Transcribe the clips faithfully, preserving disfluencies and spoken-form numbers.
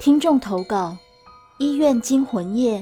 听众投稿：医院惊魂夜。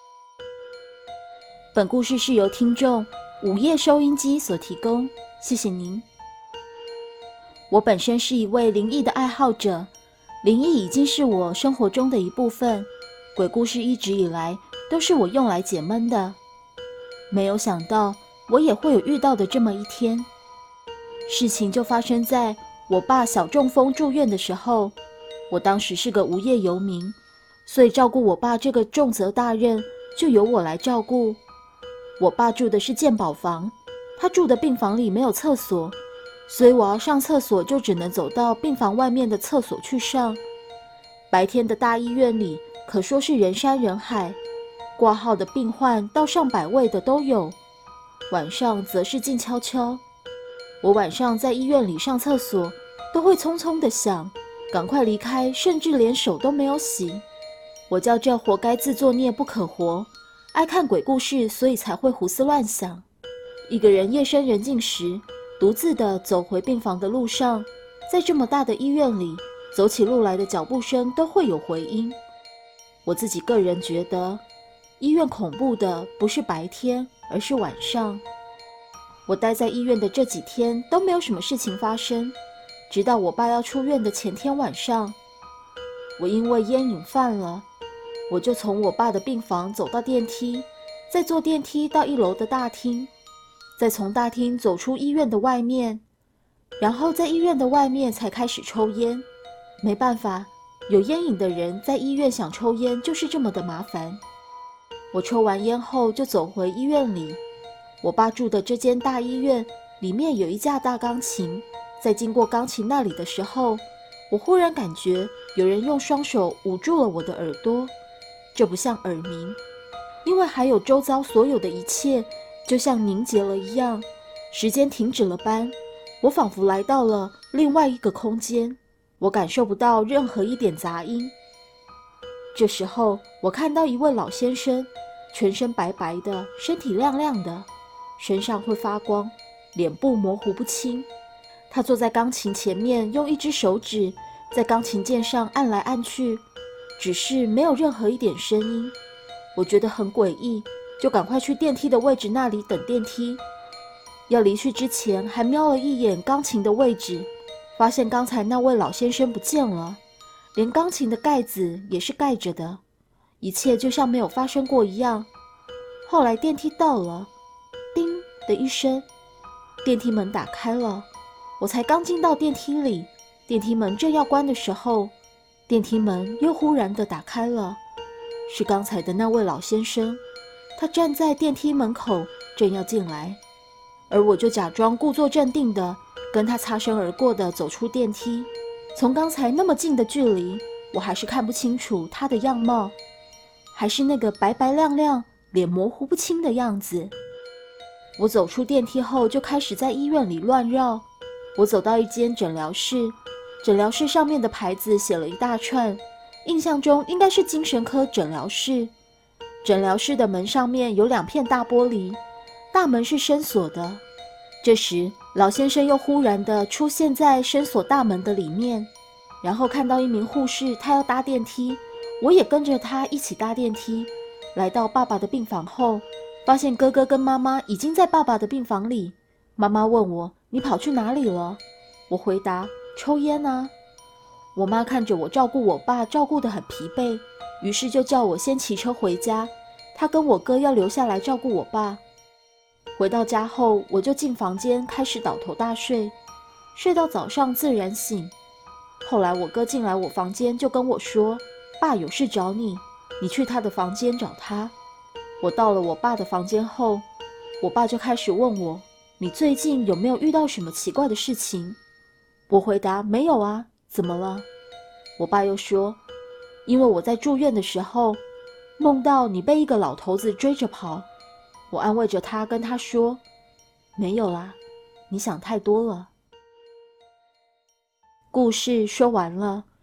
本故事是由听众午夜收音机所提供，谢谢您。我本身是一位灵异的爱好者，灵异已经是我生活中的一部分，鬼故事一直以来都是我用来解闷的。没有想到我也会有遇到的这么一天。事情就发生在我爸小中风住院的时候。我当时是个无业游民，所以照顾我爸这个重责大任就由我来照顾。我爸住的是健保房，他住的病房里没有厕所，所以我要上厕所就只能走到病房外面的厕所去上。白天的大医院里可说是人山人海，挂号的病患到上百位的都有，晚上则是静悄悄。我晚上在医院里上厕所都会匆匆地想赶快离开，甚至连手都没有洗。我叫这活该自作孽不可活，爱看鬼故事，所以才会胡思乱想。一个人夜深人静时，独自地走回病房的路上，在这么大的医院里，走起路来的脚步声都会有回音。我自己个人觉得，医院恐怖的不是白天，而是晚上。我待在医院的这几天都没有什么事情发生，直到我爸要出院的前天晚上，我因为烟瘾犯了，我就从我爸的病房走到电梯，再坐电梯到一楼的大厅，再从大厅走出医院的外面，然后在医院的外面才开始抽烟。没办法，有烟瘾的人在医院想抽烟就是这么的麻烦。我抽完烟后就走回医院里，我爸住的这间大医院里面有一架大钢琴，在经过钢琴那里的时候，我忽然感觉有人用双手捂住了我的耳朵。这不像耳鸣，因为还有周遭所有的一切就像凝结了一样，时间停止了般，我仿佛来到了另外一个空间，我感受不到任何一点杂音。这时候我看到一位老先生，全身白白的，身体亮亮的，身上会发光，脸部模糊不清。他坐在钢琴前面，用一只手指在钢琴键上按来按去，只是没有任何一点声音。我觉得很诡异，就赶快去电梯的位置那里等电梯。要离去之前还瞄了一眼钢琴的位置，发现刚才那位老先生不见了，连钢琴的盖子也是盖着的，一切就像没有发生过一样。后来电梯到了，叮的一声，电梯门打开了。我才刚进到电梯里，电梯门正要关的时候，电梯门又忽然地打开了，是刚才的那位老先生，他站在电梯门口正要进来，而我就假装故作镇定地跟他擦身而过地走出电梯。从刚才那么近的距离，我还是看不清楚他的样貌，还是那个白白亮亮、脸模糊不清的样子。我走出电梯后就开始在医院里乱绕。我走到一间诊疗室，诊疗室上面的牌子写了一大串，印象中应该是精神科诊疗室。诊疗室的门上面有两片大玻璃，大门是深锁的。这时老先生又忽然地出现在深锁大门的里面，然后看到一名护士，他要搭电梯，我也跟着他一起搭电梯。来到爸爸的病房后，发现哥哥跟妈妈已经在爸爸的病房里。妈妈问我，你跑去哪里了？我回答，抽烟啊。我妈看着我照顾我爸照顾得很疲惫，于是就叫我先骑车回家，她跟我哥要留下来照顾我爸。回到家后，我就进房间开始倒头大睡，睡到早上自然醒。后来我哥进来我房间就跟我说，爸有事找你，你去他的房间找他。我到了我爸的房间后，我爸就开始问我，你最近有没有遇到什么奇怪的事情？我回答，没有啊，怎么了？我爸又说，因为我在住院的时候梦到你被一个老头子追着跑。我安慰着他，跟他说，没有啦，你想太多了。故事说完了，